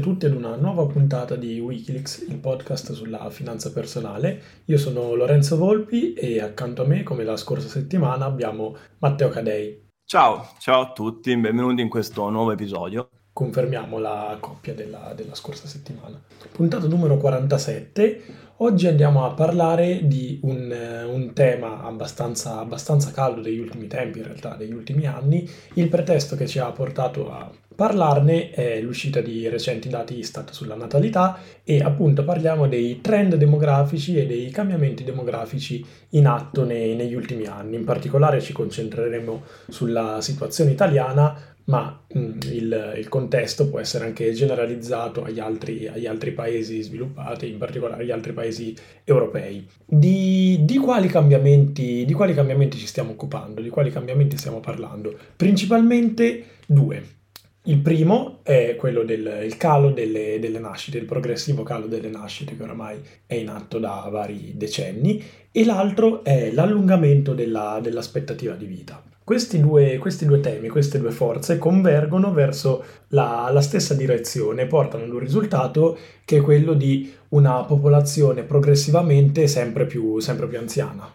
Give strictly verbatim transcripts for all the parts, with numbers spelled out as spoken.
tutti ad una nuova puntata di Wikileaks, il podcast sulla finanza personale. Io sono Lorenzo Volpi e accanto a me, come la scorsa settimana, abbiamo Matteo Cadei. Ciao, ciao a tutti, benvenuti in questo nuovo episodio. Confermiamo la coppia della, della scorsa settimana. Puntata numero quarantasette. Oggi andiamo a parlare di un, un tema abbastanza, abbastanza caldo degli ultimi tempi, in realtà degli ultimi anni. Il pretesto che ci ha portato a parlarne è l'uscita di recenti dati Istat sulla natalità e appunto parliamo dei trend demografici e dei cambiamenti demografici in atto nei, negli ultimi anni. In particolare ci concentreremo sulla situazione italiana, ma mh, il, il contesto può essere anche generalizzato agli altri, agli altri paesi sviluppati, in particolare agli altri paesi europei. Di, di quali cambiamenti, di quali cambiamenti ci stiamo occupando? Di quali cambiamenti stiamo parlando? Principalmente due. Il primo è quello del il calo delle, delle nascite, il progressivo calo delle nascite che oramai è in atto da vari decenni, e l'altro è l'allungamento della, dell'aspettativa di vita. Questi due, questi due temi, queste due forze convergono verso la, la stessa direzione, portano ad un risultato che è quello di una popolazione progressivamente sempre più, sempre più anziana.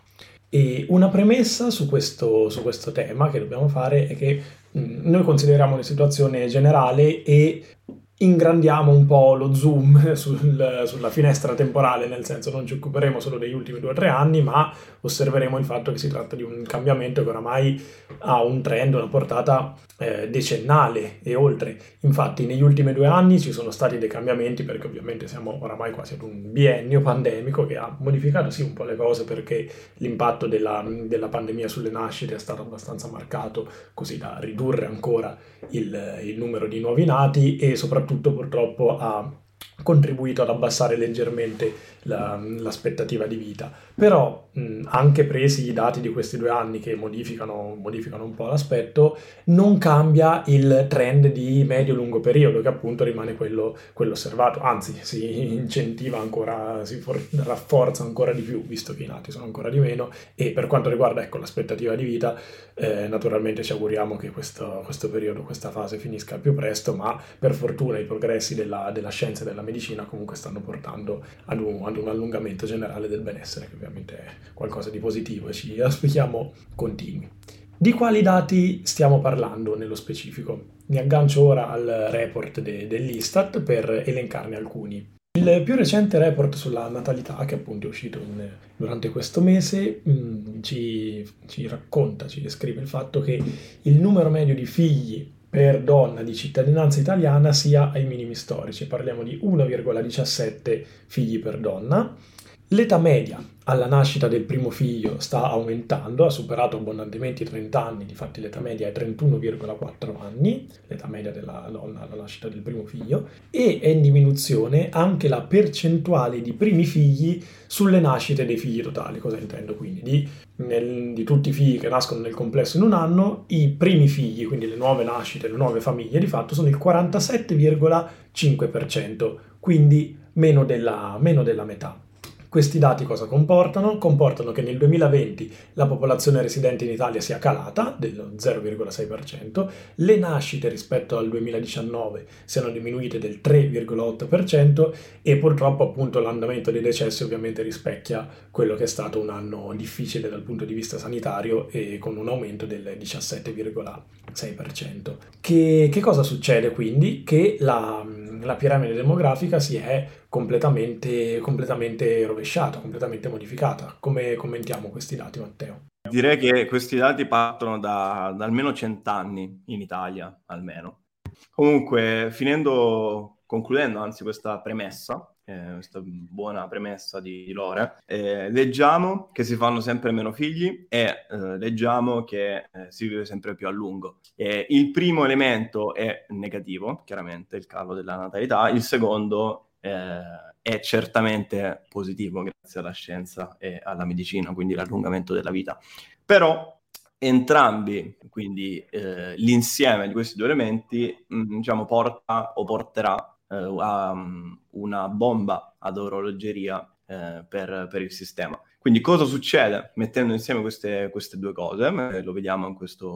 E una premessa su questo, su questo tema che dobbiamo fare è che mh, noi consideriamo una situazione generale e ingrandiamo un po' lo zoom sul- sulla finestra temporale, nel senso non ci occuperemo solo degli ultimi due o tre anni, ma osserveremo il fatto che si tratta di un cambiamento che oramai ha un trend, una portata eh, decennale e oltre. Infatti negli ultimi due anni ci sono stati dei cambiamenti perché ovviamente siamo oramai quasi ad un biennio pandemico che ha modificato sì un po' le cose perché l'impatto della, della pandemia sulle nascite è stato abbastanza marcato, così da ridurre ancora il, il numero di nuovi nati e soprattutto purtroppo ha contribuito ad abbassare leggermente la- l'aspettativa di vita. Però mh, anche presi i dati di questi due anni che modificano, modificano un po' l'aspetto, non cambia il trend di medio-lungo periodo che appunto rimane quello, quello osservato, anzi si incentiva ancora, si for- rafforza ancora di più visto che i nati sono ancora di meno. E per quanto riguarda ecco, l'aspettativa di vita, eh, naturalmente ci auguriamo che questo, questo periodo, questa fase finisca al più presto, ma per fortuna i progressi della, della scienza e della medicina comunque stanno portando ad un, ad un allungamento generale del benessere, che ovviamente è qualcosa di positivo e ci auspichiamo continui. Di quali dati stiamo parlando nello specifico? Mi aggancio ora al report de- dell'Istat per elencarne alcuni. Il più recente report sulla natalità, che appunto è uscito in- durante questo mese, mh, ci, ci racconta, ci descrive il fatto che il numero medio di figli per donna di cittadinanza italiana sia ai minimi storici. Parliamo di uno virgola diciassette figli per donna. L'età media alla nascita del primo figlio sta aumentando, ha superato abbondantemente i trenta anni, difatti l'età media è trentuno virgola quattro anni, l'età media della donna alla nascita del primo figlio, e è in diminuzione anche la percentuale di primi figli sulle nascite dei figli totali. Cosa intendo quindi? Di, nel- di tutti i figli che nascono nel complesso in un anno, i primi figli, quindi le nuove nascite, le nuove famiglie, di fatto sono il quarantasette virgola cinque per cento, quindi meno della, meno della metà. Questi dati cosa comportano? Comportano che nel duemilaventi la popolazione residente in Italia sia calata dello zero virgola sei per cento, le nascite rispetto al duemiladiciannove siano diminuite del tre virgola otto per cento e purtroppo appunto l'andamento dei decessi ovviamente rispecchia quello che è stato un anno difficile dal punto di vista sanitario e con un aumento del diciassette virgola sei per cento. Che, che cosa succede quindi? Che la, la piramide demografica si è completamente, completamente rovesciata, completamente modificata. Come commentiamo questi dati, Matteo? Direi che questi dati partono da, da almeno cent'anni in Italia, almeno. Comunque, finendo, concludendo anzi questa premessa, eh, questa buona premessa di Lore, eh, leggiamo che si fanno sempre meno figli e eh, leggiamo che eh, si vive sempre più a lungo. Eh, il primo elemento è negativo, chiaramente, il calo della natalità. Il secondo eh, è certamente positivo grazie alla scienza e alla medicina, quindi l'allungamento della vita. Però entrambi, quindi eh, l'insieme di questi due elementi, mh, diciamo, porta o porterà eh, a um, una bomba ad orologeria eh, per, per il sistema. Quindi cosa succede mettendo insieme queste, queste due cose? Eh, lo vediamo in questo,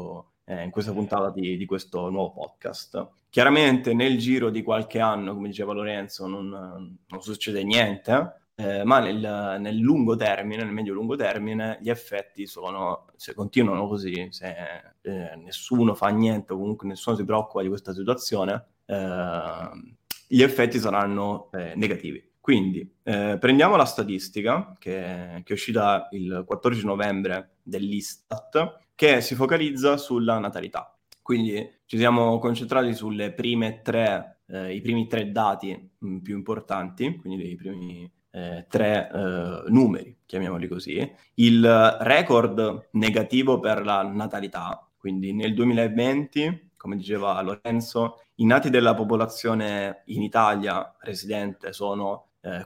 eh, in questa puntata di, di questo nuovo podcast. Chiaramente nel giro di qualche anno, come diceva Lorenzo, non, non succede niente, eh, ma nel, nel lungo termine, nel medio-lungo termine, gli effetti sono, se continuano così, se eh, nessuno fa niente o comunque nessuno si preoccupa di questa situazione, eh, gli effetti saranno eh, negativi. Quindi eh, prendiamo la statistica che, che è uscita il quattordici novembre dell'Istat, che si focalizza sulla natalità. Quindi ci siamo concentrati sulle prime tre, eh, i primi tre dati mh, più importanti, quindi i primi eh, tre eh, numeri, chiamiamoli così. Il record negativo per la natalità, quindi nel duemilaventi, come diceva Lorenzo, i nati della popolazione in Italia residente sono eh,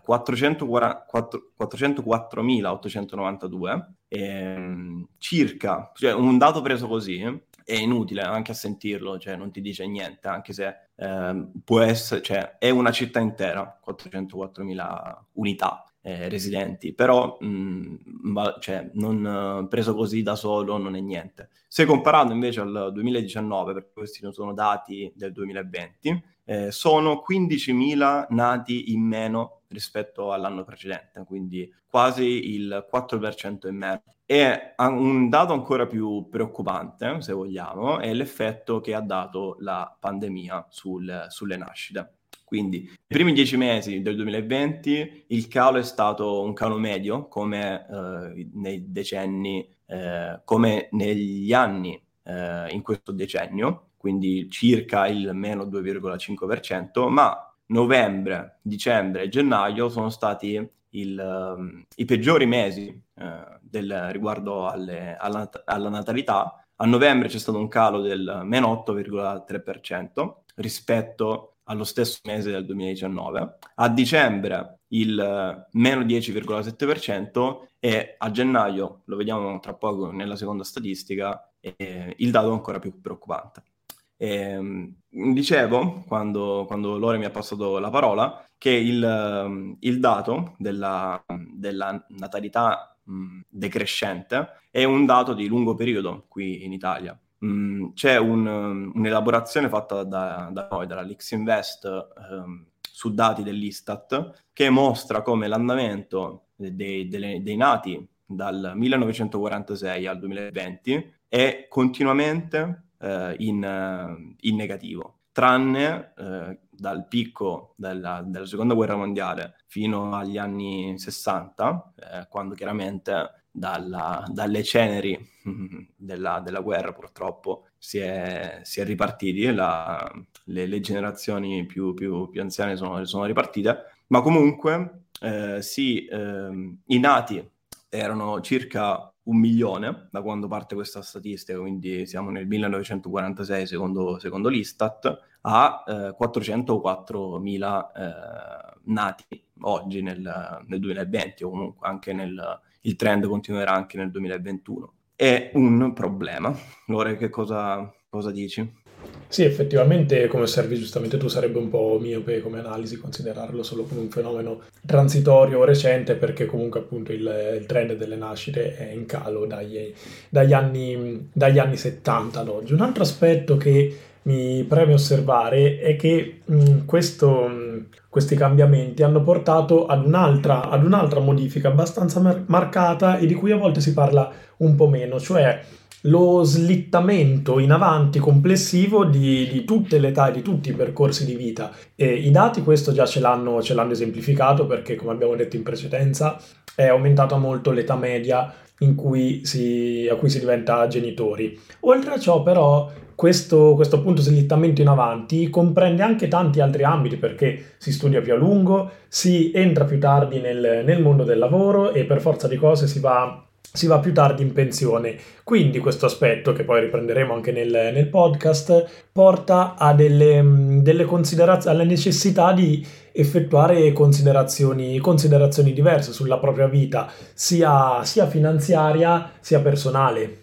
quattrocentoquattromilaottocentonovantadue, e, circa, cioè un dato preso così è inutile anche a sentirlo, cioè non ti dice niente, anche se eh, può essere, cioè è una città intera, quattrocentoquattromila unità eh, residenti, però mh, ma, cioè, non preso così da solo non è niente. Se comparato invece al duemiladiciannove, perché questi non sono dati del duemilaventi, eh, sono quindicimila nati in meno rispetto all'anno precedente, quindi quasi il quattro per cento in meno. E un dato ancora più preoccupante, se vogliamo, è l'effetto che ha dato la pandemia sul, sulle nascite. Quindi, nei primi dieci mesi del duemilaventi il calo è stato un calo medio, come eh, nei decenni, eh, come negli anni eh, in questo decennio, quindi circa il meno due virgola cinque per cento, ma novembre, dicembre e gennaio sono stati il, um, i peggiori mesi uh, del, riguardo alle, alla, alla natalità. A novembre c'è stato un calo del meno otto virgola tre per cento rispetto allo stesso mese del duemiladiciannove, a dicembre il uh, meno dieci virgola sette per cento e a gennaio, lo vediamo tra poco nella seconda statistica, eh, il dato è ancora più preoccupante. E, dicevo, quando, quando Lore mi ha passato la parola, che il, il dato della, della natalità mh, decrescente è un dato di lungo periodo qui in Italia. Mh, c'è un, un'elaborazione fatta da, da noi, dalla Lixinvest, um, su dati dell'Istat, che mostra come l'andamento dei, dei, dei nati dal millenovecentoquarantasei al duemilaventi è continuamente In, in negativo, tranne eh, dal picco della, della seconda guerra mondiale fino agli anni sessanta, eh, quando chiaramente dalla, dalle ceneri della, della guerra purtroppo si è, si è ripartiti, la, le, le generazioni più, più, più anziane sono, sono ripartite, ma comunque eh, sì, eh, i nati erano circa un milione da quando parte questa statistica, quindi siamo nel millenovecentoquarantasei secondo, secondo l'Istat, a eh, quattrocentoquattromila eh, nati oggi nel, nel duemilaventi, o comunque anche nel, il trend continuerà anche nel duemilaventuno. È un problema. Lore, che cosa, cosa dici? Sì, effettivamente, come osservi giustamente tu, sarebbe un po' miope come analisi considerarlo solo come un fenomeno transitorio o recente, perché comunque appunto il, il trend delle nascite è in calo dagli, dagli, anni, dagli anni settanta ad oggi. Un altro aspetto che mi preme osservare è che mh, questo, mh, questi cambiamenti hanno portato ad un'altra, ad un'altra modifica abbastanza mar- marcata e di cui a volte si parla un po' meno, cioè lo slittamento in avanti complessivo di, di tutte le età e di tutti i percorsi di vita. E i dati questo già ce l'hanno, ce l'hanno esemplificato, perché, come abbiamo detto in precedenza, è aumentata molto l'età media in cui si, a cui si diventa genitori. Oltre a ciò, però, questo, questo appunto slittamento in avanti comprende anche tanti altri ambiti, perché si studia più a lungo, si entra più tardi nel, nel mondo del lavoro e per forza di cose si va si va più tardi in pensione. Quindi questo aspetto, che poi riprenderemo anche nel, nel podcast, porta a delle, delle considerazioni, alla necessità di effettuare considerazioni, considerazioni diverse sulla propria vita, sia, sia finanziaria sia personale.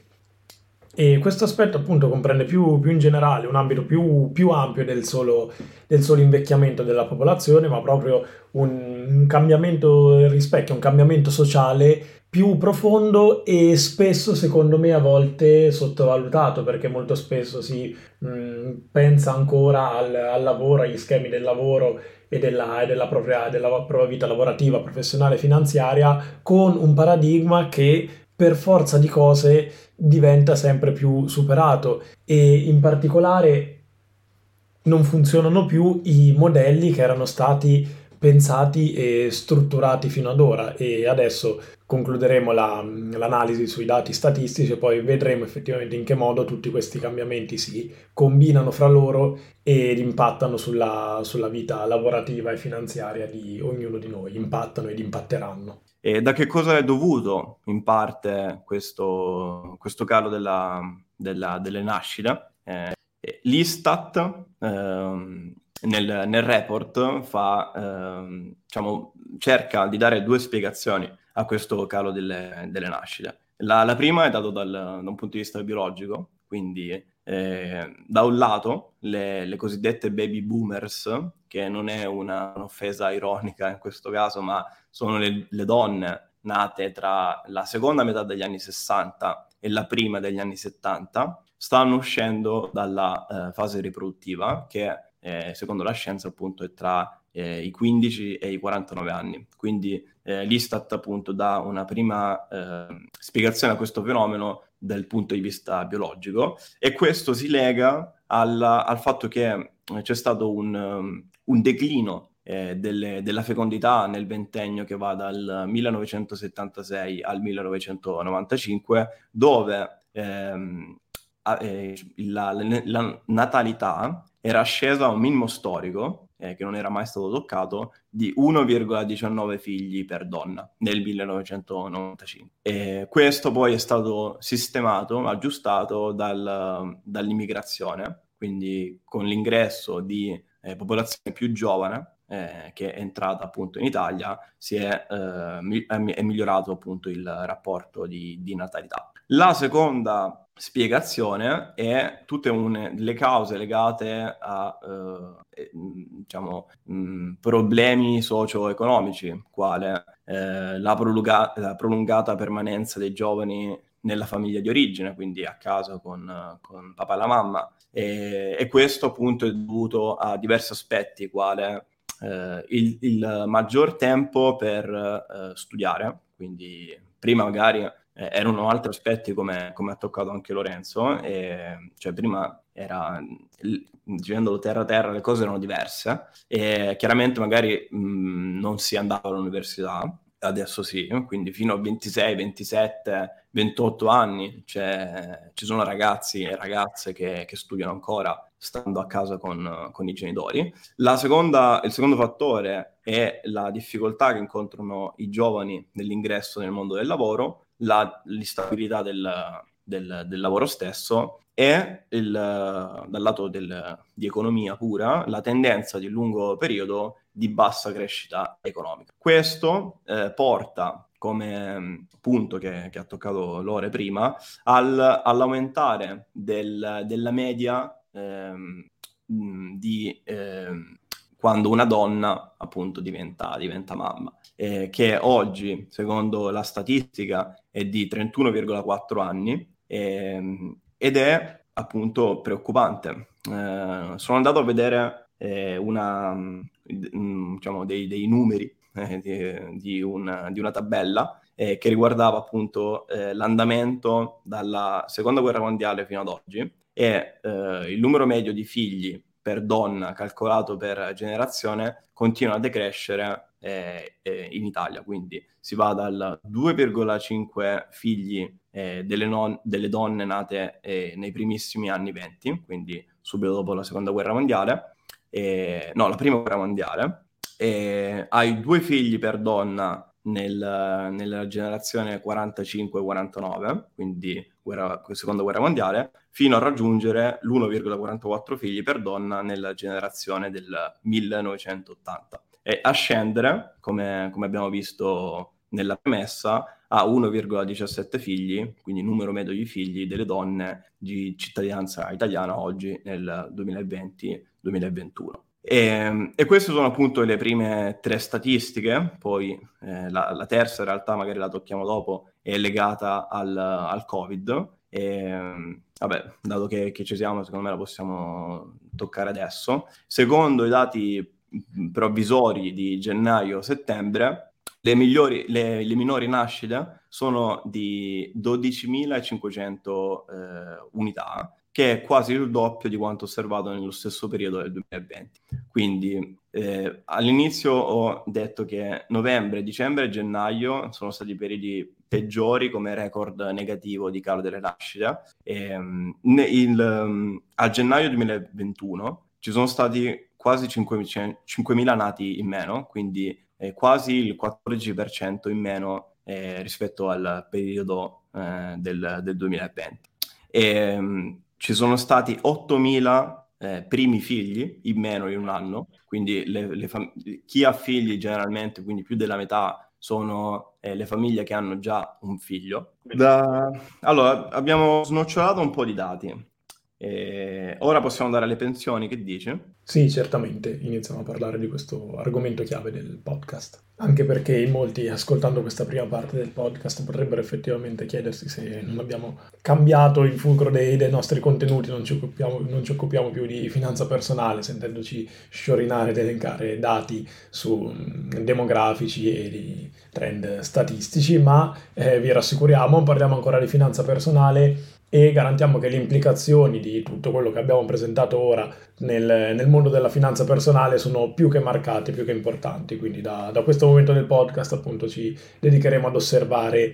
E questo aspetto appunto comprende più, più in generale un ambito più, più ampio del solo, del solo invecchiamento della popolazione, ma proprio un, un cambiamento, rispecchia un cambiamento sociale più profondo e spesso, secondo me, a volte sottovalutato, perché molto spesso si mh, pensa ancora al, al lavoro, agli schemi del lavoro e della, e della propria, della propria vita lavorativa, professionale, finanziaria, con un paradigma che per forza di cose diventa sempre più superato e in particolare non funzionano più i modelli che erano stati pensati e strutturati fino ad ora e adesso concluderemo la- l'analisi sui dati statistici e poi vedremo effettivamente in che modo tutti questi cambiamenti si combinano fra loro ed impattano sulla, sulla vita lavorativa e finanziaria di ognuno di noi, impattano ed impatteranno. E da che cosa è dovuto in parte questo, questo calo della- della- delle nascite? Eh, L'Istat ehm, nel, nel report fa, ehm, diciamo, cerca di dare due spiegazioni a questo calo delle, delle nascite. La, la prima è data dal- da un punto di vista biologico, quindi eh, da un lato le, le cosiddette baby boomers, che non è una- un'offesa ironica in questo caso, ma sono le, le donne nate tra la seconda metà degli anni sessanta e la prima degli anni settanta, stanno uscendo dalla eh, fase riproduttiva che eh, secondo la scienza appunto è tra eh, i quindici e i quarantanove anni. Quindi eh, l'Istat appunto dà una prima eh, spiegazione a questo fenomeno dal punto di vista biologico e questo si lega al, al fatto che c'è stato un, um, un declino eh, delle- della fecondità nel ventennio che va dal millenovecentosettantasei al millenovecentonovantacinque, dove ehm, a- eh, la, la- la natalità era scesa a un minimo storico, eh, che non era mai stato toccato, di uno virgola diciannove figli per donna nel millenovecentonovantacinque. E questo poi è stato sistemato, aggiustato dal- dall'immigrazione, quindi con l'ingresso di eh, popolazione più giovane eh, che è entrata appunto in Italia, si è, eh, mi- è mi- è migliorato appunto il rapporto di, di natalità. La seconda spiegazione è tutte un- le cause legate a eh, eh, diciamo, mh, problemi socio-economici, quale eh, la, prolunga- la prolungata permanenza dei giovani nella famiglia di origine, quindi a casa con, con papà e la mamma. E, e questo appunto è dovuto a diversi aspetti, quale eh, il, il maggior tempo per eh, studiare, quindi prima magari eh, erano altri aspetti come, come ha toccato anche Lorenzo, e, cioè prima era, l- dicendolo terra terra, le cose erano diverse e chiaramente magari mh, non si andava all'università, adesso sì, quindi fino a ventisei, ventisette, ventotto anni cioè, ci sono ragazzi e ragazze che, che studiano ancora stando a casa con, con i genitori. La seconda, il secondo fattore è la difficoltà che incontrano i giovani nell'ingresso nel mondo del lavoro, la, l'instabilità del, del, del lavoro stesso e il, dal lato del, di economia pura la tendenza di lungo periodo di bassa crescita economica. Questo eh, porta come mh, punto che, che ha toccato Lore prima, al, all'aumentare del, della media ehm, mh, di ehm, quando una donna appunto diventa, diventa mamma, eh, che oggi, secondo la statistica, è di trentuno virgola quattro anni ehm, ed è appunto preoccupante. Eh, sono andato a vedere eh, una, mh, diciamo, dei, dei numeri eh, di, di una, di una tabella eh, che riguardava appunto eh, l'andamento dalla seconda guerra mondiale fino ad oggi e eh, il numero medio di figli per donna calcolato per generazione continua a decrescere eh, eh, in Italia, quindi si va dal due virgola cinque figli eh, delle, non- delle donne nate eh, nei primissimi anni venti, quindi subito dopo la seconda guerra mondiale, eh, no, la prima guerra mondiale, e hai due figli per donna nel- nella generazione quarantacinque quarantanove, quindi guerra- seconda guerra mondiale, fino a raggiungere l'uno virgola quarantaquattro figli per donna nella generazione del millenovecentottanta e a scendere, come, come abbiamo visto nella premessa, a uno virgola diciassette figli, quindi numero medio di figli delle donne di cittadinanza italiana oggi nel duemilaventi duemilaventuno. E, e queste sono appunto le prime tre statistiche, poi eh, la, la terza in realtà magari la tocchiamo dopo, è legata al, al Covid. E, vabbè, dato che, che ci siamo, secondo me la possiamo toccare adesso. Secondo i dati provvisori di gennaio-settembre, le, migliori, le, le minori nascite sono di dodicimilacinquecento eh, unità, che è quasi il doppio di quanto osservato nello stesso periodo del duemilaventi. Quindi eh, all'inizio ho detto che novembre, dicembre e gennaio sono stati i periodi peggiori come record negativo di calo delle nascite. E, um, il, um, a gennaio duemilaventuno ci sono stati quasi cinquemila nati in meno, quindi eh, quasi il quattordici per cento in meno eh, rispetto al periodo eh, del, del duemilaventi. E, um, ci sono stati ottomila eh, primi figli in meno in un anno, quindi le, le fam- chi ha figli generalmente, quindi più della metà, sono eh, le famiglie che hanno già un figlio. Da... Allora, abbiamo snocciolato un po' di dati. E ora possiamo andare alle pensioni, che dici? Sì, certamente, iniziamo a parlare di questo argomento chiave del podcast, anche perché in molti, ascoltando questa prima parte del podcast, potrebbero effettivamente chiedersi se non abbiamo cambiato il fulcro dei, dei nostri contenuti, non ci, occupiamo, non ci occupiamo più di finanza personale, sentendoci sciorinare ed elencare dati su demografici e di trend statistici, ma eh, vi rassicuriamo, parliamo ancora di finanza personale e garantiamo che le implicazioni di tutto quello che abbiamo presentato ora nel, nel mondo della finanza personale sono più che marcate, più che importanti. Quindi da, da questo momento del podcast appunto ci dedicheremo ad osservare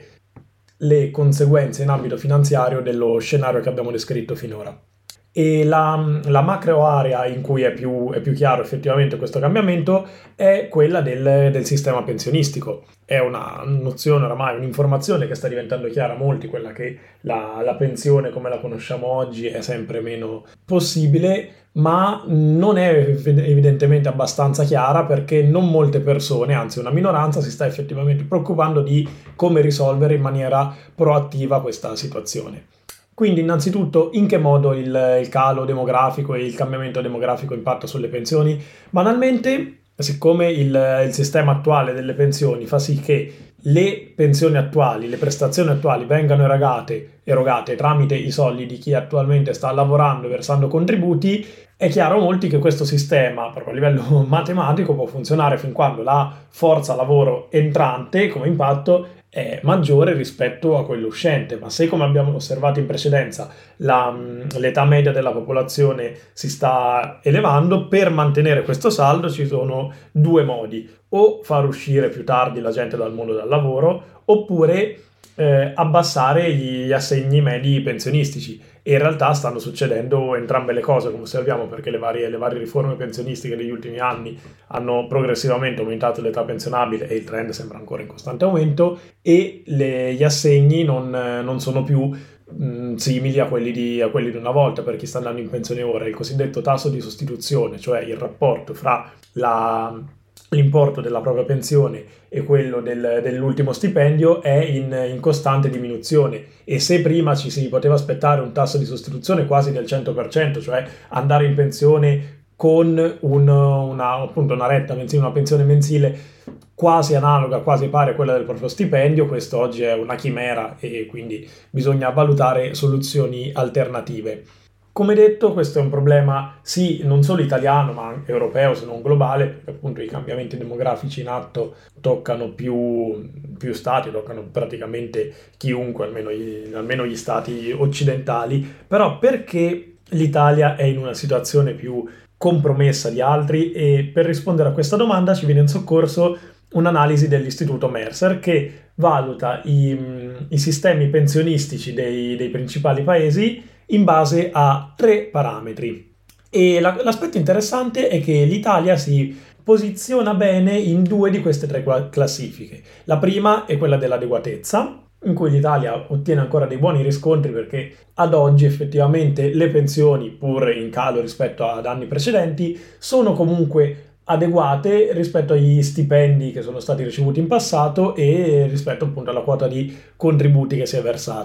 le conseguenze in ambito finanziario dello scenario che abbiamo descritto finora. E la, la macro area in cui è più, è più chiaro effettivamente questo cambiamento è quella del, del sistema pensionistico. È una nozione oramai, un'informazione che sta diventando chiara a molti, quella che la, la pensione come la conosciamo oggi è sempre meno possibile, ma non è evidentemente abbastanza chiara perché non molte persone, anzi una minoranza, si sta effettivamente preoccupando di come risolvere in maniera proattiva questa situazione. Quindi innanzitutto in che modo il, il calo demografico e il cambiamento demografico impatta sulle pensioni? Banalmente, siccome il, il sistema attuale delle pensioni fa sì che le pensioni attuali, le prestazioni attuali vengano erogate, erogate tramite i soldi di chi attualmente sta lavorando e versando contributi, è chiaro a molti che questo sistema, proprio a livello matematico, può funzionare fin quando la forza lavoro entrante come impatto è maggiore rispetto a quello uscente, ma se, come abbiamo osservato in precedenza, la, l'età media della popolazione si sta elevando, per mantenere questo saldo ci sono due modi: o far uscire più tardi la gente dal mondo del lavoro, oppure eh, abbassare gli assegni medi pensionistici. E in realtà stanno succedendo entrambe le cose, come osserviamo, perché le varie, le varie riforme pensionistiche degli ultimi anni hanno progressivamente aumentato l'età pensionabile e il trend sembra ancora in costante aumento, e le, gli assegni non, non sono più mh, simili a quelli, di, a quelli di una volta per chi sta andando in pensione ora. Il cosiddetto tasso di sostituzione, cioè il rapporto fra la... l'importo della propria pensione e quello del, dell'ultimo stipendio, è in, in costante diminuzione, e se prima ci si poteva aspettare un tasso di sostituzione quasi del cento per cento, cioè andare in pensione con un, una, appunto una retta mensile, una pensione mensile quasi analoga, quasi pari a quella del proprio stipendio, questo oggi è una chimera e quindi bisogna valutare soluzioni alternative. Come detto, questo è un problema sì non solo italiano ma anche europeo, se non globale, perché appunto i cambiamenti demografici in atto toccano più, più stati, toccano praticamente chiunque, almeno gli, almeno gli stati occidentali. Però perché l'Italia è in una situazione più compromessa di altri? E per rispondere a questa domanda ci viene in soccorso un'analisi dell'istituto Mercer che valuta i, i sistemi pensionistici dei, dei principali paesi in base a tre parametri. E la, l'aspetto interessante è che l'Italia si posiziona bene in due di queste tre classifiche. La prima è quella dell'adeguatezza, in cui l'Italia ottiene ancora dei buoni riscontri perché ad oggi effettivamente le pensioni, pur in calo rispetto ad anni precedenti, sono comunque adeguate rispetto agli stipendi che sono stati ricevuti in passato e rispetto appunto alla quota di contributi che si è versata.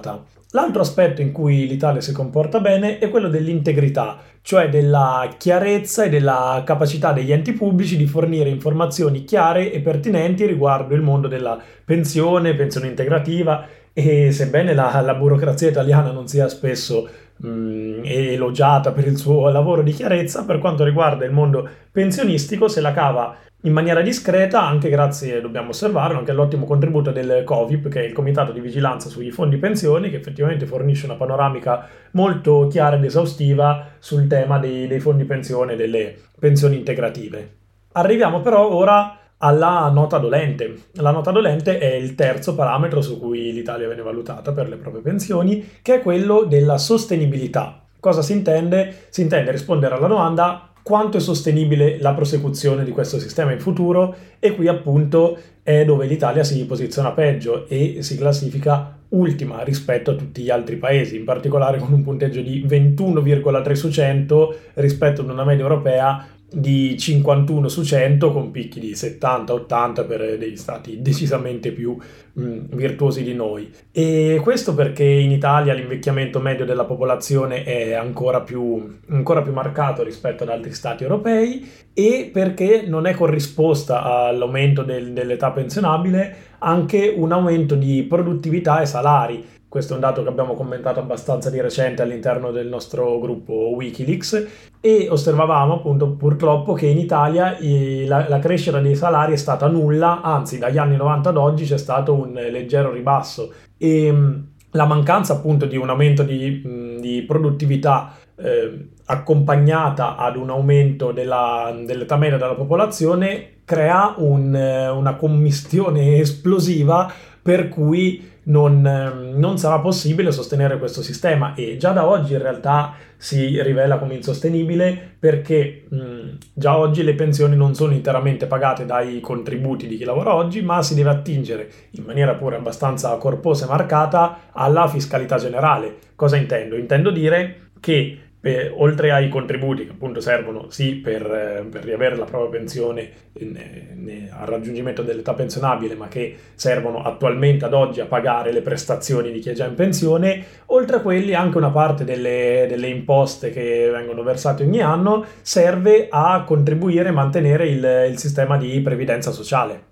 L'altro aspetto in cui l'Italia si comporta bene è quello dell'integrità, cioè della chiarezza e della capacità degli enti pubblici di fornire informazioni chiare e pertinenti riguardo il mondo della pensione, pensione integrativa, e sebbene la, la burocrazia italiana non sia spesso mh, elogiata per il suo lavoro di chiarezza, per quanto riguarda il mondo pensionistico se la cava in maniera discreta, anche grazie, dobbiamo osservarlo, anche all'ottimo contributo del COVIP, che è il Comitato di Vigilanza sui Fondi Pensioni, che effettivamente fornisce una panoramica molto chiara ed esaustiva sul tema dei, dei fondi pensione e delle pensioni integrative. Arriviamo però ora alla nota dolente. La nota dolente è il terzo parametro su cui l'Italia viene valutata per le proprie pensioni, che è quello della sostenibilità. Cosa si intende? Si intende rispondere alla domanda: quanto è sostenibile la prosecuzione di questo sistema in futuro? E qui appunto è dove l'Italia si posiziona peggio e si classifica ultima rispetto a tutti gli altri paesi, in particolare con un punteggio di ventuno virgola tre su cento rispetto ad una media europea di cinquantuno su cento, con picchi di settanta ottanta per degli stati decisamente più mh, virtuosi di noi. E questo perché in Italia l'invecchiamento medio della popolazione è ancora più, ancora più marcato rispetto ad altri stati europei, e perché non è corrisposta all'aumento del, dell'età pensionabile anche un aumento di produttività e salari. Questo è un dato che abbiamo commentato abbastanza di recente all'interno del nostro gruppo Wikileaks, e osservavamo appunto purtroppo che in Italia eh, la, la crescita dei salari è stata nulla, anzi dagli anni novanta ad oggi c'è stato un leggero ribasso, e mh, la mancanza appunto di un aumento di, mh, di produttività eh, accompagnata ad un aumento della, dell'età media della popolazione crea un, una commistione esplosiva per cui non, non sarà possibile sostenere questo sistema, e già da oggi in realtà si rivela come insostenibile, perché mh, già oggi le pensioni non sono interamente pagate dai contributi di chi lavora oggi, ma si deve attingere in maniera pure abbastanza corposa e marcata alla fiscalità generale. Cosa intendo? Intendo dire che Eh, oltre ai contributi che appunto servono sì per, eh, per riavere la propria pensione ne, ne, al raggiungimento dell'età pensionabile, ma che servono attualmente ad oggi a pagare le prestazioni di chi è già in pensione, oltre a quelli anche una parte delle, delle imposte che vengono versate ogni anno serve a contribuire e mantenere il, il sistema di previdenza sociale.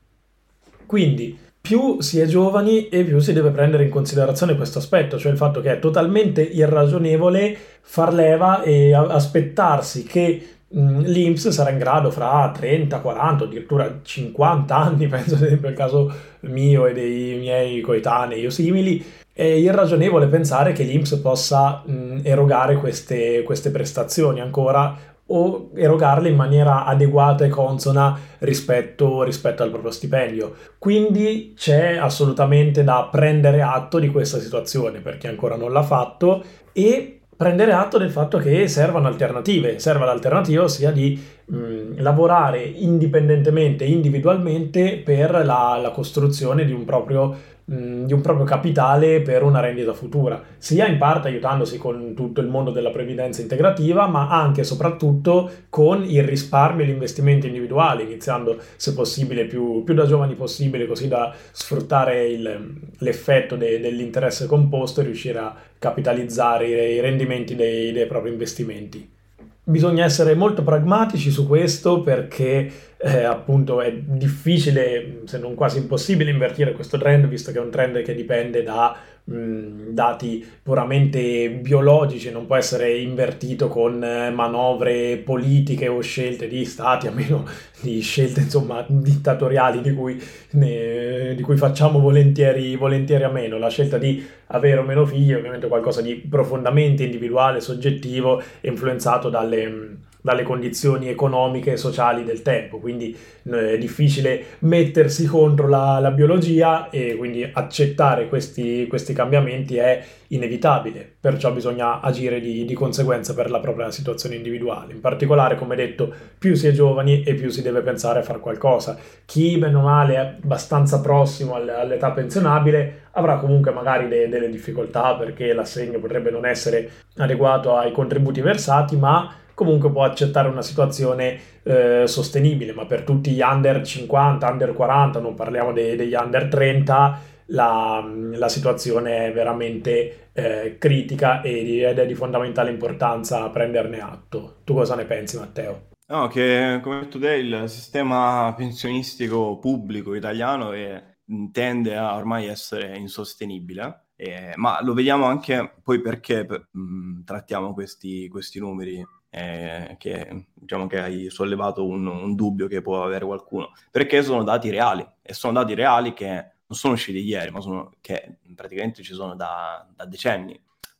Quindi più si è giovani e più si deve prendere in considerazione questo aspetto, cioè il fatto che è totalmente irragionevole far leva e aspettarsi che mh, l'I N P S sarà in grado fra trenta, quaranta, addirittura cinquanta anni, penso ad esempio al caso mio e dei miei coetanei o simili. È irragionevole pensare che l'I N P S possa mh, erogare queste, queste prestazioni ancora, o erogarle in maniera adeguata e consona rispetto, rispetto al proprio stipendio. Quindi c'è assolutamente da prendere atto di questa situazione, per chi ancora non l'ha fatto, e prendere atto del fatto che servono alternative. Serve l'alternativa, ossia di mh, lavorare indipendentemente, individualmente per la, la costruzione di un proprio di un proprio capitale per una rendita futura, sia in parte aiutandosi con tutto il mondo della previdenza integrativa, ma anche e soprattutto con il risparmio e gli investimenti individuali, iniziando se possibile più, più da giovani possibile, così da sfruttare il, l'effetto de, dell'interesse composto e riuscire a capitalizzare i, i rendimenti dei, dei propri investimenti. Bisogna essere molto pragmatici su questo, perché eh, appunto è difficile, se non quasi impossibile, invertire questo trend, visto che è un trend che dipende da mh, dati puramente biologici, non può essere invertito con eh, manovre politiche o scelte di stati, a meno di scelte insomma dittatoriali di cui, ne, di cui facciamo volentieri, volentieri a meno. La scelta di avere o meno figli è ovviamente qualcosa di profondamente individuale, soggettivo, influenzato dalle, dalle condizioni economiche e sociali del tempo, quindi è difficile mettersi contro la, la biologia, e quindi accettare questi, questi cambiamenti è inevitabile, perciò bisogna agire di, di conseguenza per la propria situazione individuale. In particolare, come detto, più si è giovani e più si deve pensare a fare qualcosa. Chi bene o male è abbastanza prossimo all'età pensionabile avrà comunque magari de- delle difficoltà, perché l'assegno potrebbe non essere adeguato ai contributi versati, ma comunque può accettare una situazione eh, sostenibile. Ma per tutti gli under cinquanta, under quaranta, non parliamo de- degli under trenta, la, la situazione è veramente eh, critica ed è di fondamentale importanza prenderne atto. Tu cosa ne pensi, Matteo? No, che come hai detto te, il sistema pensionistico pubblico italiano è- tende a ormai essere insostenibile, eh, ma lo vediamo anche poi perché per- mh, trattiamo questi, questi numeri, eh, che diciamo che hai sollevato un, un dubbio che può avere qualcuno, perché sono dati reali, e sono dati reali che non sono usciti ieri, ma sono, che praticamente ci sono da da decenni.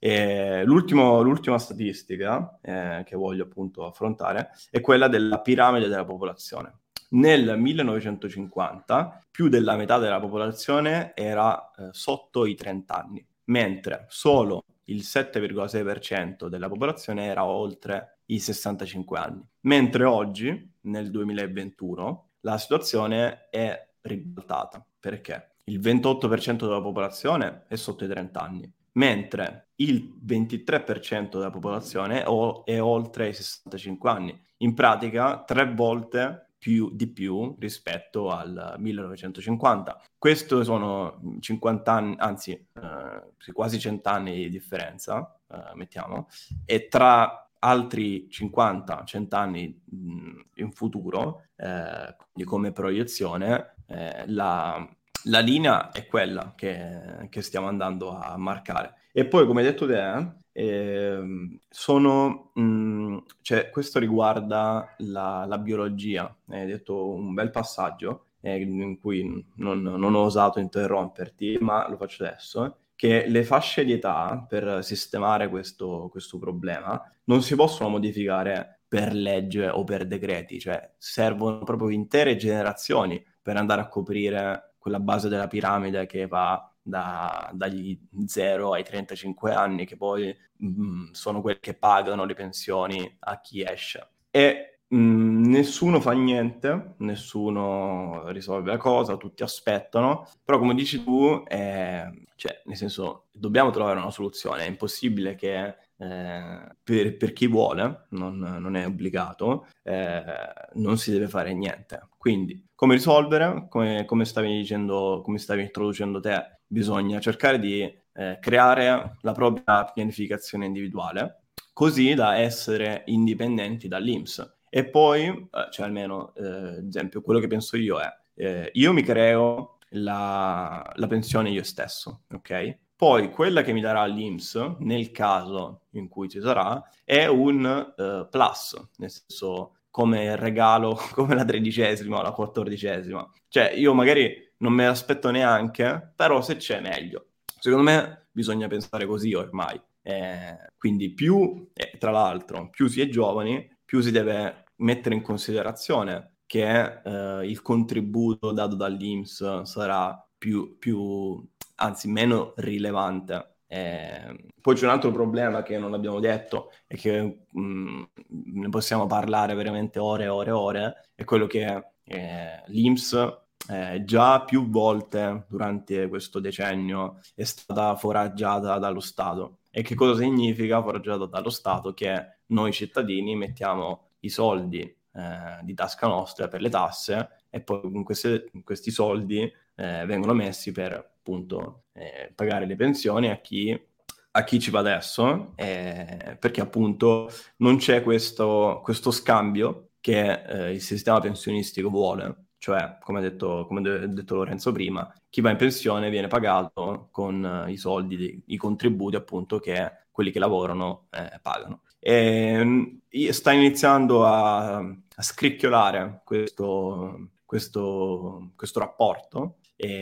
E l'ultimo- l'ultima statistica eh, che voglio appunto affrontare è quella della piramide della popolazione. Nel millenovecentocinquanta più della metà della popolazione era eh, sotto i trenta anni, mentre solo il sette virgola sei per cento della popolazione era oltre i sessantacinque anni. Mentre oggi, nel duemilaventuno, la situazione è ribaltata. Perché? Il ventotto per cento della popolazione è sotto i trenta anni, mentre il ventitré per cento della popolazione è, o- è oltre i sessantacinque anni, in pratica tre volte più, di più rispetto al millenovecentocinquanta. Questo sono cinquanta anni, anzi eh, sì, quasi cento anni di differenza, eh, mettiamo, e tra altri cinquanta cento anni mh, in futuro, eh, quindi come proiezione, eh, la la linea è quella che, che stiamo andando a marcare. E poi, come hai detto te, ehm, sono, mh, cioè, questo riguarda la, la biologia. Hai detto un bel passaggio eh, in cui non, non ho osato interromperti, ma lo faccio adesso, che le fasce di età per sistemare questo, questo problema non si possono modificare per legge o per decreti, cioè servono proprio intere generazioni per andare a coprire quella base della piramide che va da- dagli zero ai trentacinque anni, che poi mh, sono quelli che pagano le pensioni a chi esce. E mh, nessuno fa niente, nessuno risolve la cosa, tutti aspettano, però come dici tu, eh, cioè, nel senso, dobbiamo trovare una soluzione, è impossibile che eh, per, per chi vuole, non, non è obbligato, eh, non si deve fare niente. Quindi, come risolvere? Come, come stavi dicendo, come stavi introducendo te, bisogna cercare di eh, creare la propria pianificazione individuale, così da essere indipendenti dall'I N P S. E poi, eh, cioè almeno, eh, ad esempio, quello che penso io è, eh, io mi creo la, la pensione io stesso, ok? Poi quella che mi darà l'I N P S, nel caso in cui ci sarà, è un eh, plus, nel senso come regalo, come la tredicesima o la quattordicesima. Cioè, io magari non me l'aspetto neanche, però se c'è meglio. Secondo me bisogna pensare così ormai. Eh, quindi più, e tra l'altro, più si è giovani, più si deve mettere in considerazione che eh, il contributo dato dall'I N P S sarà più, più, anzi meno rilevante. Eh, poi c'è un altro problema che non abbiamo detto e che mh, ne possiamo parlare veramente ore e ore e ore, è quello che eh, l'I N P S eh, già più volte durante questo decennio è stata foraggiata dallo Stato. E che cosa significa foraggiata dallo Stato? Che noi cittadini mettiamo i soldi eh, di tasca nostra per le tasse e poi con queste- questi soldi eh, vengono messi per appunto eh, pagare le pensioni a chi, a chi ci va adesso, eh, perché appunto non c'è questo, questo scambio che eh, il sistema pensionistico vuole, cioè come ha detto, come ha detto Lorenzo prima, chi va in pensione viene pagato con eh, i soldi, dei- i contributi appunto che quelli che lavorano eh, pagano. E, mh, sta iniziando a, a scricchiolare questo, questo, questo rapporto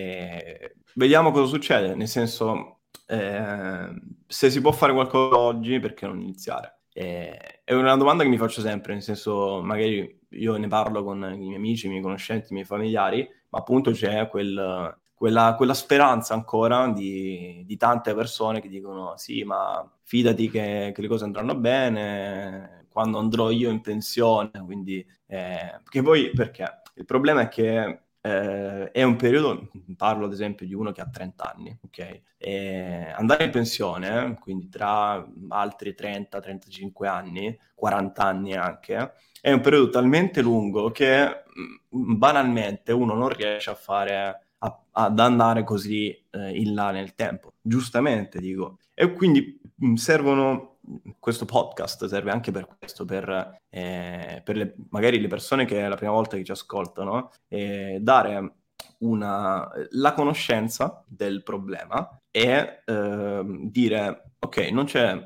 e vediamo cosa succede, nel senso eh, se si può fare qualcosa oggi, perché non iniziare? Eh, è una domanda che mi faccio sempre, nel senso, magari io ne parlo con i miei amici, i miei conoscenti, i miei familiari, ma appunto c'è quel- quella, quella speranza ancora di, di tante persone che dicono sì, ma fidati che, che le cose andranno bene quando andrò io in pensione, quindi eh, che poi perché? Il problema è che eh, è un periodo, parlo ad esempio di uno che ha trenta anni, ok? E andare in pensione, quindi tra altri trenta trentacinque anni, quaranta anni anche, è un periodo talmente lungo che mh, banalmente uno non riesce a fare a, ad andare così eh, in là nel tempo. Giustamente dico. E quindi mh, servono, questo podcast serve anche per questo, per, eh, per le, magari le persone che è la prima volta che ci ascoltano, eh, dare una, la conoscenza del problema e eh, dire ok, non c'è,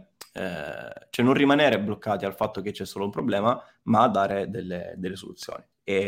eh, cioè non rimanere bloccati al fatto che c'è solo un problema, ma dare delle, delle soluzioni.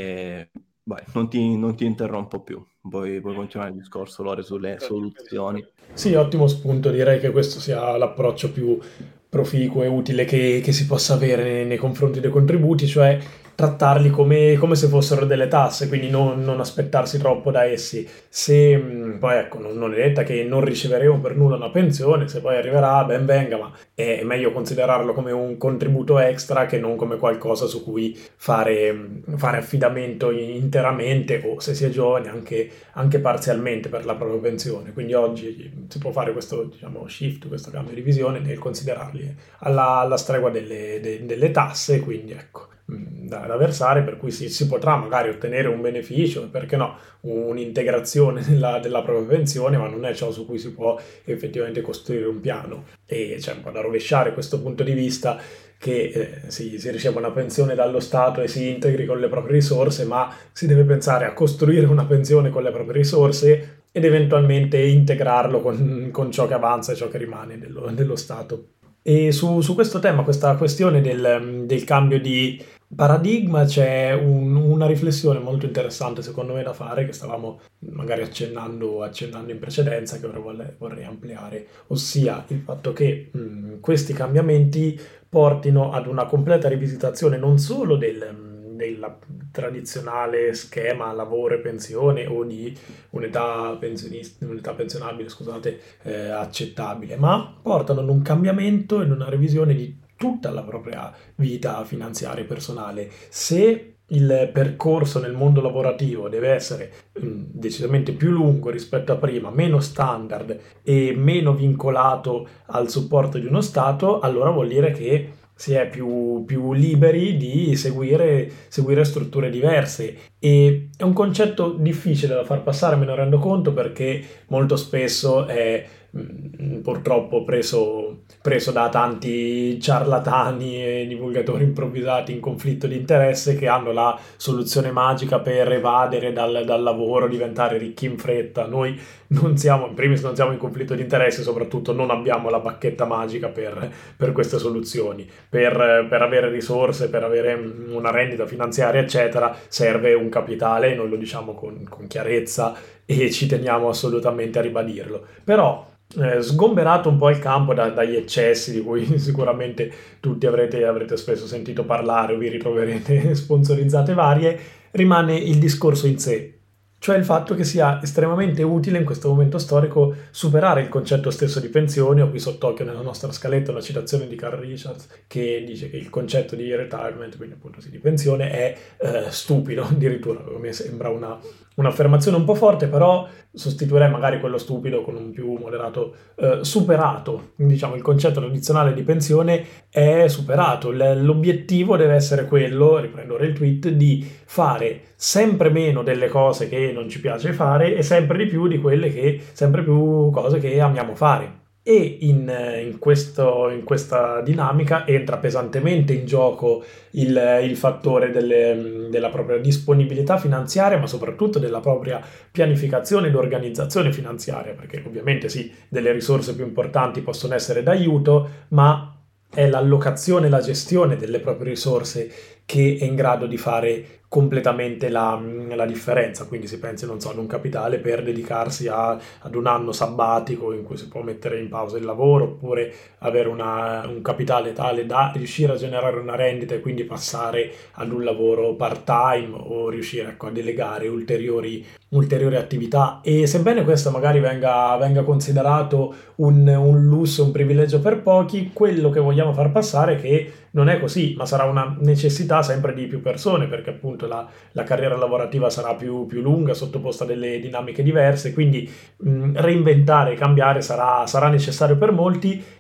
E vai, non ti, non ti interrompo più, puoi, puoi continuare il discorso, Lore, sulle soluzioni. Sì, ottimo spunto, direi che questo sia l'approccio più proficuo e utile che, che si possa avere nei, nei confronti dei contributi, cioè trattarli come, come se fossero delle tasse, quindi non, non aspettarsi troppo da essi. Se mh, poi ecco, non, non è detta che non riceveremo per nulla una pensione, se poi arriverà ben venga, ma è meglio considerarlo come un contributo extra che non come qualcosa su cui fare, fare affidamento interamente o, se si è giovani, anche, anche parzialmente per la propria pensione. Quindi oggi si può fare questo, diciamo, shift, questo cambio di visione nel considerarli alla, alla stregua delle, de, delle tasse, quindi ecco, da, da versare, per cui si, si potrà magari ottenere un beneficio, perché no, un'integrazione della, della propria pensione, ma non è ciò su cui si può effettivamente costruire un piano. E c'è un po' da rovesciare questo punto di vista, che eh, si, si riceve una pensione dallo Stato e si integri con le proprie risorse, ma si deve pensare a costruire una pensione con le proprie risorse ed eventualmente integrarlo con, con ciò che avanza e ciò che rimane dello, dello Stato. E su, su questo tema, questa questione del, del cambio di paradigma, c'è un, una riflessione molto interessante secondo me da fare, che stavamo magari accennando, accennando in precedenza, che ora vorrei, vorrei ampliare, ossia il fatto che mh, questi cambiamenti portino ad una completa rivisitazione non solo del del tradizionale schema lavoro e pensione o di un'età pensionista, un'età pensionabile, scusate, eh, accettabile, ma portano ad un cambiamento e ad una revisione di tutta la propria vita finanziaria e personale. Se il percorso nel mondo lavorativo deve essere mh, decisamente più lungo rispetto a prima, meno standard e meno vincolato al supporto di uno Stato, allora vuol dire che si è più, più liberi di seguire, seguire strutture diverse. E è un concetto difficile da far passare, me ne rendo conto, perché molto spesso è mh, purtroppo preso, preso da tanti ciarlatani e divulgatori improvvisati in conflitto di interesse, che hanno la soluzione magica per evadere dal, dal lavoro, diventare ricchi in fretta. Noi non siamo, in primis non siamo in conflitto di interesse, soprattutto non abbiamo la bacchetta magica per, per queste soluzioni. Per, per avere risorse, per avere una rendita finanziaria, eccetera, serve un capitale, noi lo diciamo con, con chiarezza e ci teniamo assolutamente a ribadirlo. Però, eh, sgomberato un po' il campo da, dagli eccessi di cui sicuramente tutti avrete, avrete spesso sentito parlare o vi ritroverete sponsorizzate varie, rimane il discorso in sé. Cioè il fatto che sia estremamente utile in questo momento storico superare il concetto stesso di pensione. Ho qui sott'occhio nella nostra scaletta una citazione di Carl Richards che dice che il concetto di retirement, quindi appunto sì, di pensione, è eh, stupido, addirittura mi sembra una, un'affermazione un po' forte, però sostituirei magari quello stupido con un più moderato eh, superato. Diciamo, il concetto tradizionale di pensione è superato, L- l'obiettivo deve essere quello, riprendo ora il tweet, di fare sempre meno delle cose che non ci piace fare e sempre di più di quelle che, sempre più cose che amiamo fare. E in, in, questo, in questa dinamica entra pesantemente in gioco il, il fattore delle, della propria disponibilità finanziaria, ma soprattutto della propria pianificazione ed organizzazione finanziaria, perché ovviamente sì, delle risorse più importanti possono essere d'aiuto, ma è l'allocazione e la gestione delle proprie risorse che è in grado di fare completamente la, la differenza. Quindi si pensi, non so, ad un capitale per dedicarsi a, ad un anno sabbatico in cui si può mettere in pausa il lavoro, oppure avere una, un capitale tale da riuscire a generare una rendita e quindi passare ad un lavoro part-time o riuscire, ecco, a delegare ulteriori, ulteriori attività. E sebbene questo magari venga, venga considerato un, un lusso, un privilegio per pochi, quello che vogliamo far passare è che non è così, ma sarà una necessità sempre di più persone, perché appunto la, la carriera lavorativa sarà più, più lunga, sottoposta a delle dinamiche diverse, quindi mh, reinventare e cambiare sarà, sarà necessario per molti,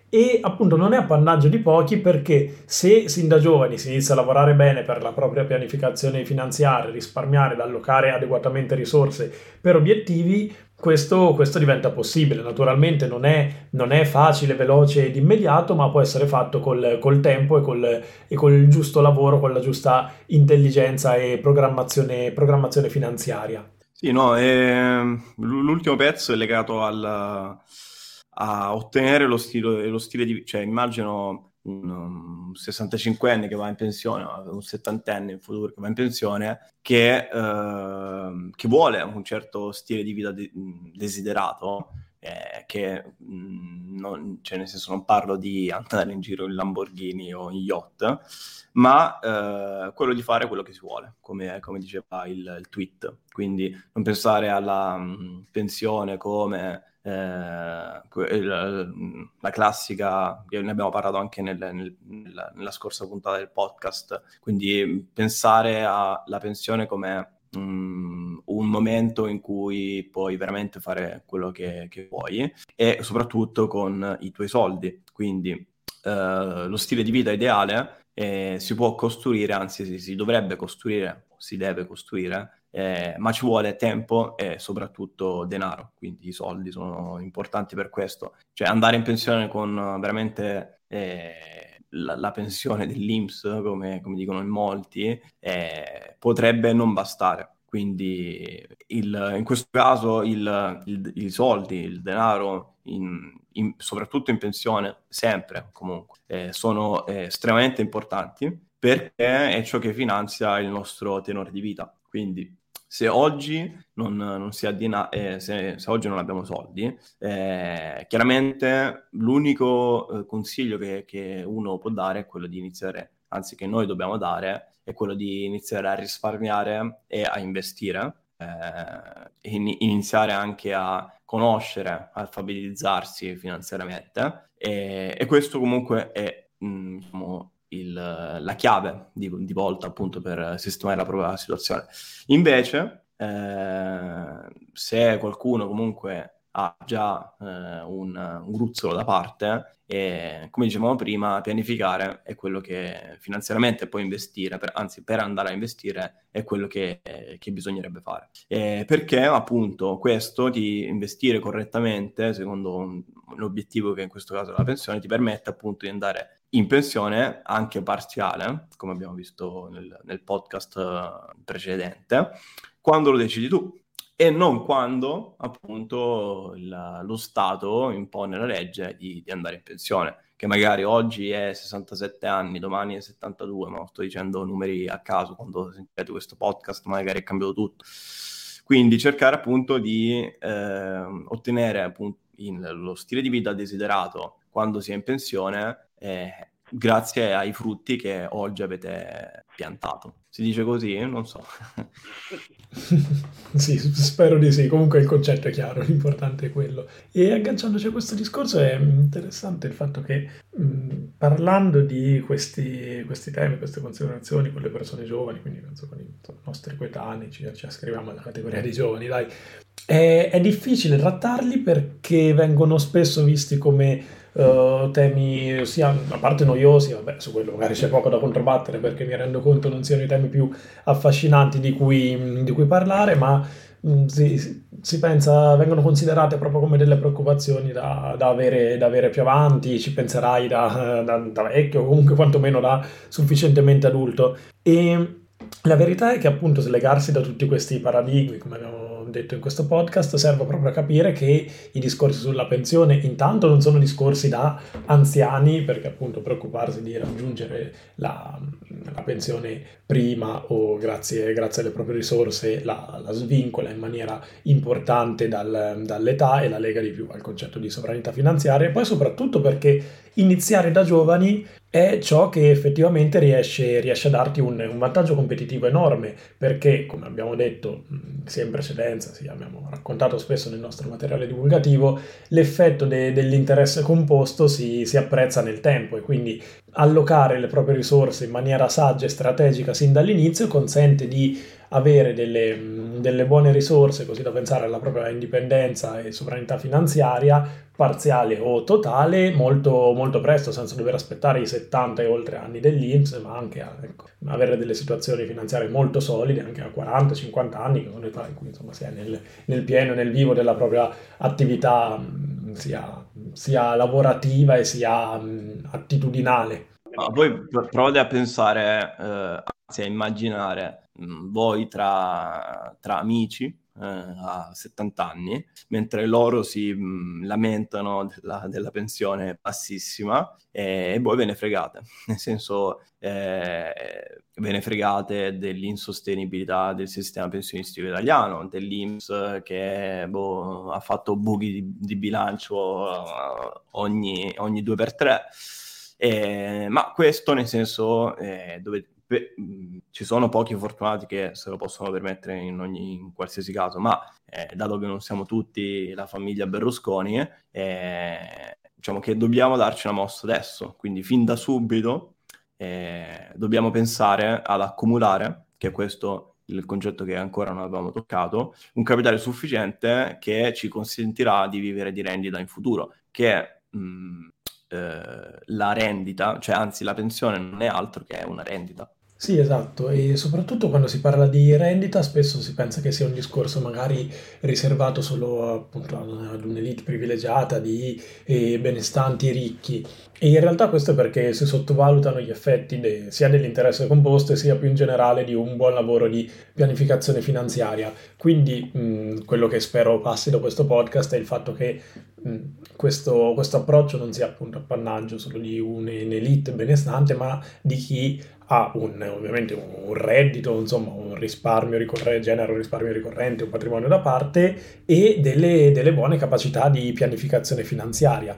e appunto non è appannaggio di pochi, perché se sin da giovani si inizia a lavorare bene per la propria pianificazione finanziaria, risparmiare ed allocare adeguatamente risorse per obiettivi, questo, questo diventa possibile. Naturalmente non è, non è facile, veloce ed immediato, ma può essere fatto col, col tempo e col, e col giusto lavoro, con la giusta intelligenza e programmazione, programmazione finanziaria. Sì, no, ehm, l- l'ultimo pezzo è legato al, a ottenere lo stile, lo stile di... cioè immagino un, um, sessantacinquenne che va in pensione, un settantenne in futuro che va in pensione, che, ehm, che vuole un certo stile di vita de- desiderato, eh, che mh, non, cioè nel senso non parlo di andare in giro in Lamborghini o in yacht, ma eh, quello di fare quello che si vuole, come, come diceva il, il tweet. Quindi non pensare alla mh, pensione come eh, que- il- la classica, che ne abbiamo parlato anche nel- nel- nella, nella scorsa puntata del podcast, quindi pensare alla pensione come mh, un momento in cui puoi veramente fare quello che, che vuoi e soprattutto con i tuoi soldi. Quindi eh, lo stile di vita ideale eh, si può costruire, anzi si, si dovrebbe costruire, si deve costruire, eh, ma ci vuole tempo e soprattutto denaro, quindi i soldi sono importanti per questo. Cioè andare in pensione con eh, veramente eh, la, la pensione dell'I N P S, come, come dicono in molti, eh, potrebbe non bastare. Quindi il- in questo caso il- il- i soldi, il denaro, in- in- soprattutto in pensione, sempre comunque, eh, sono eh, estremamente importanti perché è ciò che finanzia il nostro tenore di vita. Quindi se oggi non, non si ha dina- eh, se, se oggi non abbiamo soldi, eh, chiaramente l'unico eh, consiglio che, che uno può dare è quello di iniziare, anzi che noi dobbiamo dare, è quello di iniziare a risparmiare e a investire, eh, e in- iniziare anche a conoscere, alfabetizzarsi finanziariamente e, e questo comunque è mh, diciamo, il- la chiave di, di volta appunto per sistemare la propria situazione. Invece, eh, se qualcuno comunque ha già eh, un, un gruzzolo da parte, e come dicevamo prima, pianificare è quello che finanziariamente puoi investire, per- anzi per andare a investire è quello che, che bisognerebbe fare. Eh, perché appunto questo di investire correttamente, secondo un, un obiettivo che in questo caso è la pensione, ti permette appunto di andare in pensione anche parziale, come abbiamo visto nel, nel podcast eh, precedente, quando lo decidi tu e non quando appunto il- lo Stato impone la legge di, di andare in pensione, che magari oggi è sessantasette anni, domani è settantadue, ma sto dicendo numeri a caso, quando sentirete questo podcast magari è cambiato tutto. Quindi cercare appunto di eh, ottenere appunto in- lo stile di vita desiderato quando si è in pensione, eh, grazie ai frutti che oggi avete piantato. Si dice così? Non so. Sì, spero di sì. Comunque il concetto è chiaro, l'importante è quello. E agganciandoci a questo discorso è interessante il fatto che mh, parlando di questi, questi temi, queste considerazioni con le persone giovani, quindi penso con i nostri coetanei, ci, ci ascriviamo alla categoria dei giovani, dai, è, è difficile trattarli perché vengono spesso visti come eh, temi sia a parte noiosi, vabbè, su quello magari c'è poco da controbattere perché mi rendo conto non siano i temi più affascinanti di cui, di cui parlare, ma mh, si, si pensa, vengono considerate proprio come delle preoccupazioni da, da avere, da avere più avanti, ci penserai da, da, da vecchio, o comunque quantomeno da sufficientemente adulto. E la verità è che appunto slegarsi da tutti questi paradigmi, come abbiamo detto in questo podcast, serve proprio a capire che i discorsi sulla pensione intanto non sono discorsi da anziani, perché appunto preoccuparsi di raggiungere la, la pensione prima o grazie, grazie alle proprie risorse la, la svincola in maniera importante dal- dall'età e la lega di più al concetto di sovranità finanziaria, e poi soprattutto perché iniziare da giovani è ciò che effettivamente riesce, riesce a darti un, un vantaggio competitivo enorme, perché, come abbiamo detto mh, sia in precedenza, sia abbiamo raccontato spesso nel nostro materiale divulgativo, l'effetto de- dell'interesse composto si, si apprezza nel tempo, e quindi allocare le proprie risorse in maniera saggia e strategica sin dall'inizio consente di avere delle, mh, delle buone risorse, così da pensare alla propria indipendenza e sovranità finanziaria, parziale o totale, molto, molto presto, senza dover aspettare i settanta e oltre anni dell'I N P S, ma anche a, ecco, avere delle situazioni finanziarie molto solide, anche a quaranta cinquanta anni, che è un'età in cui insomma si è nel, nel pieno e nel vivo della propria attività, mh, sia, sia lavorativa e sia mh, attitudinale. Ma voi pro- provate a pensare, eh, anzi a immaginare mh, voi tra, tra amici eh, a settanta anni, mentre loro si mh, lamentano della, della pensione bassissima e, e voi ve ne fregate, nel senso eh, ve ne fregate dell'insostenibilità del sistema pensionistico italiano, dell'I N P S che boh, ha fatto buchi di, di bilancio eh, ogni, ogni due per tre. Eh, ma questo nel senso eh, dove pe- mh, ci sono pochi fortunati che se lo possono permettere in, ogni, in qualsiasi caso, ma eh, dato che non siamo tutti la famiglia Berlusconi, eh, diciamo che dobbiamo darci una mossa adesso, quindi fin da subito eh, dobbiamo pensare ad accumulare, che è questo il concetto che ancora non avevamo toccato, un capitale sufficiente che ci consentirà di vivere di rendita in futuro, che mh, eh, la rendita, cioè anzi la pensione non è altro che una rendita. Sì, esatto, e soprattutto quando si parla di rendita spesso si pensa che sia un discorso magari riservato solo appunto ad un'elite privilegiata di eh, benestanti ricchi. E in realtà questo è perché si sottovalutano gli effetti de- sia dell'interesse composto sia più in generale di un buon lavoro di pianificazione finanziaria. Quindi mh, quello che spero passi da questo podcast è il fatto che mh, questo, questo approccio non sia appunto appannaggio solo di un'elite benestante, ma di chi ha un, ovviamente un reddito, insomma un risparmio ricorrente, genera un risparmio ricorrente, un patrimonio da parte e delle, delle buone capacità di pianificazione finanziaria.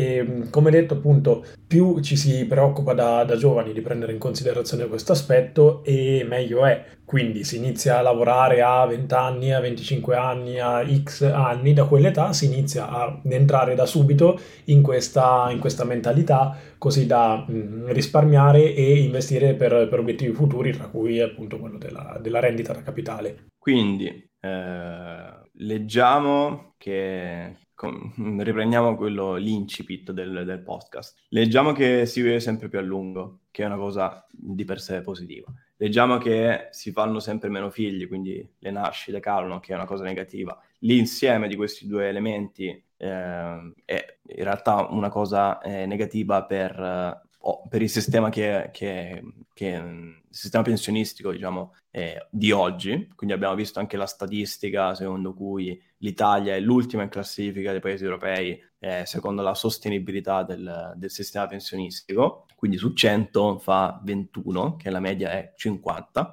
E come detto appunto, più ci si preoccupa da, da giovani di prendere in considerazione questo aspetto e meglio è. Quindi si inizia a lavorare a venti anni, a venticinque anni, a X anni, da quell'età si inizia ad entrare da subito in questa, in questa mentalità così da mh, risparmiare e investire per, per obiettivi futuri, tra cui appunto quello della, della rendita da capitale. Quindi eh, leggiamo che com- riprendiamo quello, l'incipit del, del podcast. Leggiamo che si vive sempre più a lungo, che è una cosa di per sé positiva. Leggiamo che si fanno sempre meno figli, quindi le nascite calano, che è una cosa negativa. L'insieme di questi due elementi eh, è in realtà una cosa eh, negativa per, eh, oh, per il sistema che, che, che il sistema pensionistico, diciamo, eh, di oggi. Quindi abbiamo visto anche la statistica secondo cui l'Italia è l'ultima in classifica dei paesi europei eh, secondo la sostenibilità del, del sistema pensionistico. Quindi su cento fa ventuno, che la media è cinquanta.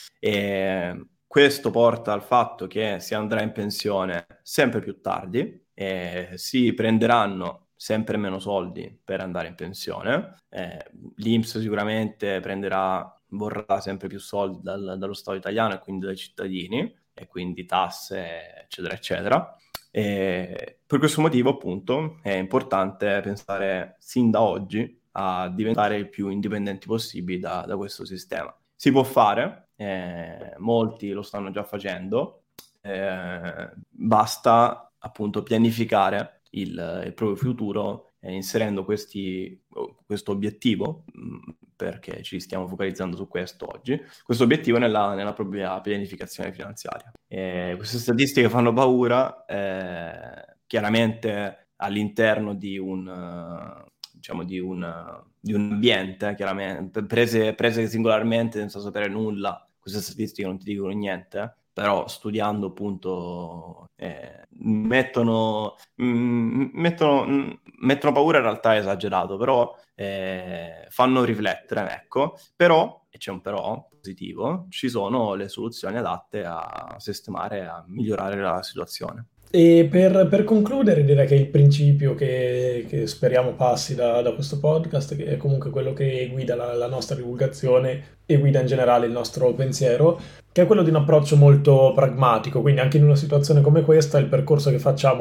E questo porta al fatto che si andrà in pensione sempre più tardi, e si prenderanno sempre meno soldi per andare in pensione. Eh, L'I N P S sicuramente prenderà, vorrà sempre più soldi dal- dallo Stato italiano e quindi dai cittadini, e quindi tasse, eccetera, eccetera. E per questo motivo, appunto, è importante pensare sin da oggi a diventare il più indipendenti possibili da, da questo sistema. Si può fare, eh, molti lo stanno già facendo, eh, basta appunto pianificare il, il proprio futuro eh, inserendo questi, questo obiettivo, mh, perché ci stiamo focalizzando su questo oggi, questo obiettivo nella, nella propria pianificazione finanziaria. E queste statistiche fanno paura, eh, chiaramente all'interno di un, uh, diciamo, di un, di un ambiente, chiaramente, prese, prese singolarmente senza sapere nulla, queste statistiche non ti dicono niente, però studiando appunto eh, mettono, mh, mettono, mh, mettono paura, in realtà è esagerato, però eh, fanno riflettere, ecco, però, e c'è un però positivo, ci sono le soluzioni adatte a sistemare, a migliorare la situazione. E per, per concludere, direi che il principio che, che speriamo passi da, da questo podcast, che è comunque quello che guida la, la nostra divulgazione e guida in generale il nostro pensiero, che è quello di un approccio molto pragmatico. Quindi anche in una situazione come questa, il percorso che facciamo è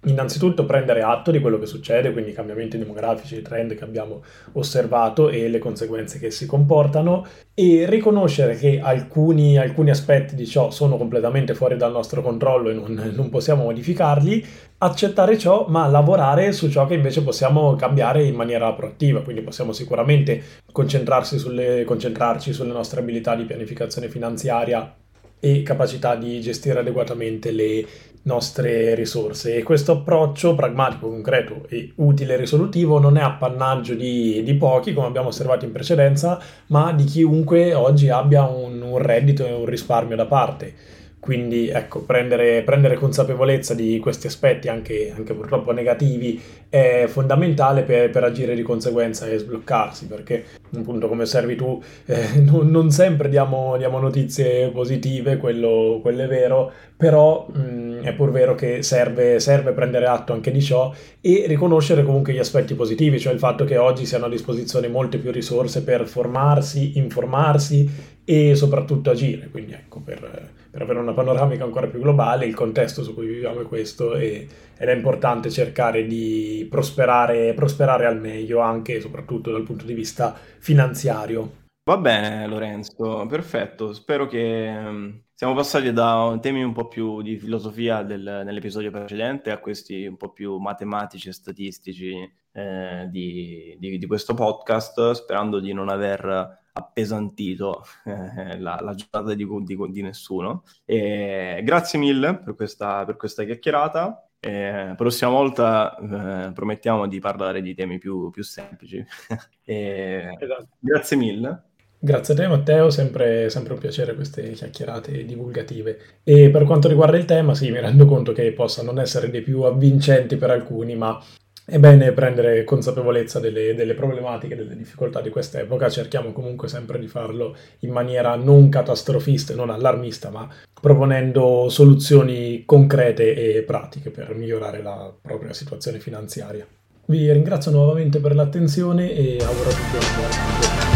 Innanzitutto prendere atto di quello che succede, quindi i cambiamenti demografici, i trend che abbiamo osservato e le conseguenze che si comportano, e riconoscere che alcuni, alcuni aspetti di ciò sono completamente fuori dal nostro controllo e non, non possiamo modificarli, accettare ciò, ma lavorare su ciò che invece possiamo cambiare in maniera proattiva. Quindi possiamo sicuramente concentrarsi sulle, concentrarci sulle nostre abilità di pianificazione finanziaria e capacità di gestire adeguatamente le nostre risorse. E questo approccio pragmatico, concreto e utile e risolutivo non è appannaggio di, di pochi, come abbiamo osservato in precedenza, ma di chiunque oggi abbia un, un reddito e un risparmio da parte. Quindi ecco, prendere, prendere consapevolezza di questi aspetti, anche, anche purtroppo negativi, è fondamentale per, per agire di conseguenza e sbloccarsi, perché appunto come osservi tu, eh, non, non sempre diamo, diamo notizie positive, quello, quello è vero, però mh, è pur vero che serve, serve prendere atto anche di ciò e riconoscere comunque gli aspetti positivi, cioè il fatto che oggi siano a disposizione molte più risorse per formarsi, informarsi e soprattutto agire. Quindi ecco, per, per avere una panoramica ancora più globale, il contesto su cui viviamo è questo e, ed è importante cercare di prosperare, prosperare al meglio anche e soprattutto dal punto di vista finanziario. Va bene, Lorenzo, perfetto. Spero che ehm, siamo passati da temi un po' più di filosofia del- nell'episodio precedente a questi un po' più matematici e statistici eh, di, di- di questo podcast, sperando di non aver appesantito eh, la, la giornata di, di- di nessuno. E grazie mille per questa, per questa chiacchierata. Eh, prossima volta eh, promettiamo di parlare di temi più, più semplici. E Esatto. grazie mille. Grazie a te Matteo, sempre, sempre un piacere queste chiacchierate divulgative. E per quanto riguarda il tema, sì, mi rendo conto che possa non essere dei più avvincenti per alcuni, ma è bene prendere consapevolezza delle, delle problematiche, delle difficoltà di quest'epoca. Cerchiamo comunque sempre di farlo in maniera non catastrofista e non allarmista, ma proponendo soluzioni concrete e pratiche per migliorare la propria situazione finanziaria. Vi ringrazio nuovamente per l'attenzione e auguro a tutti una buona giornata.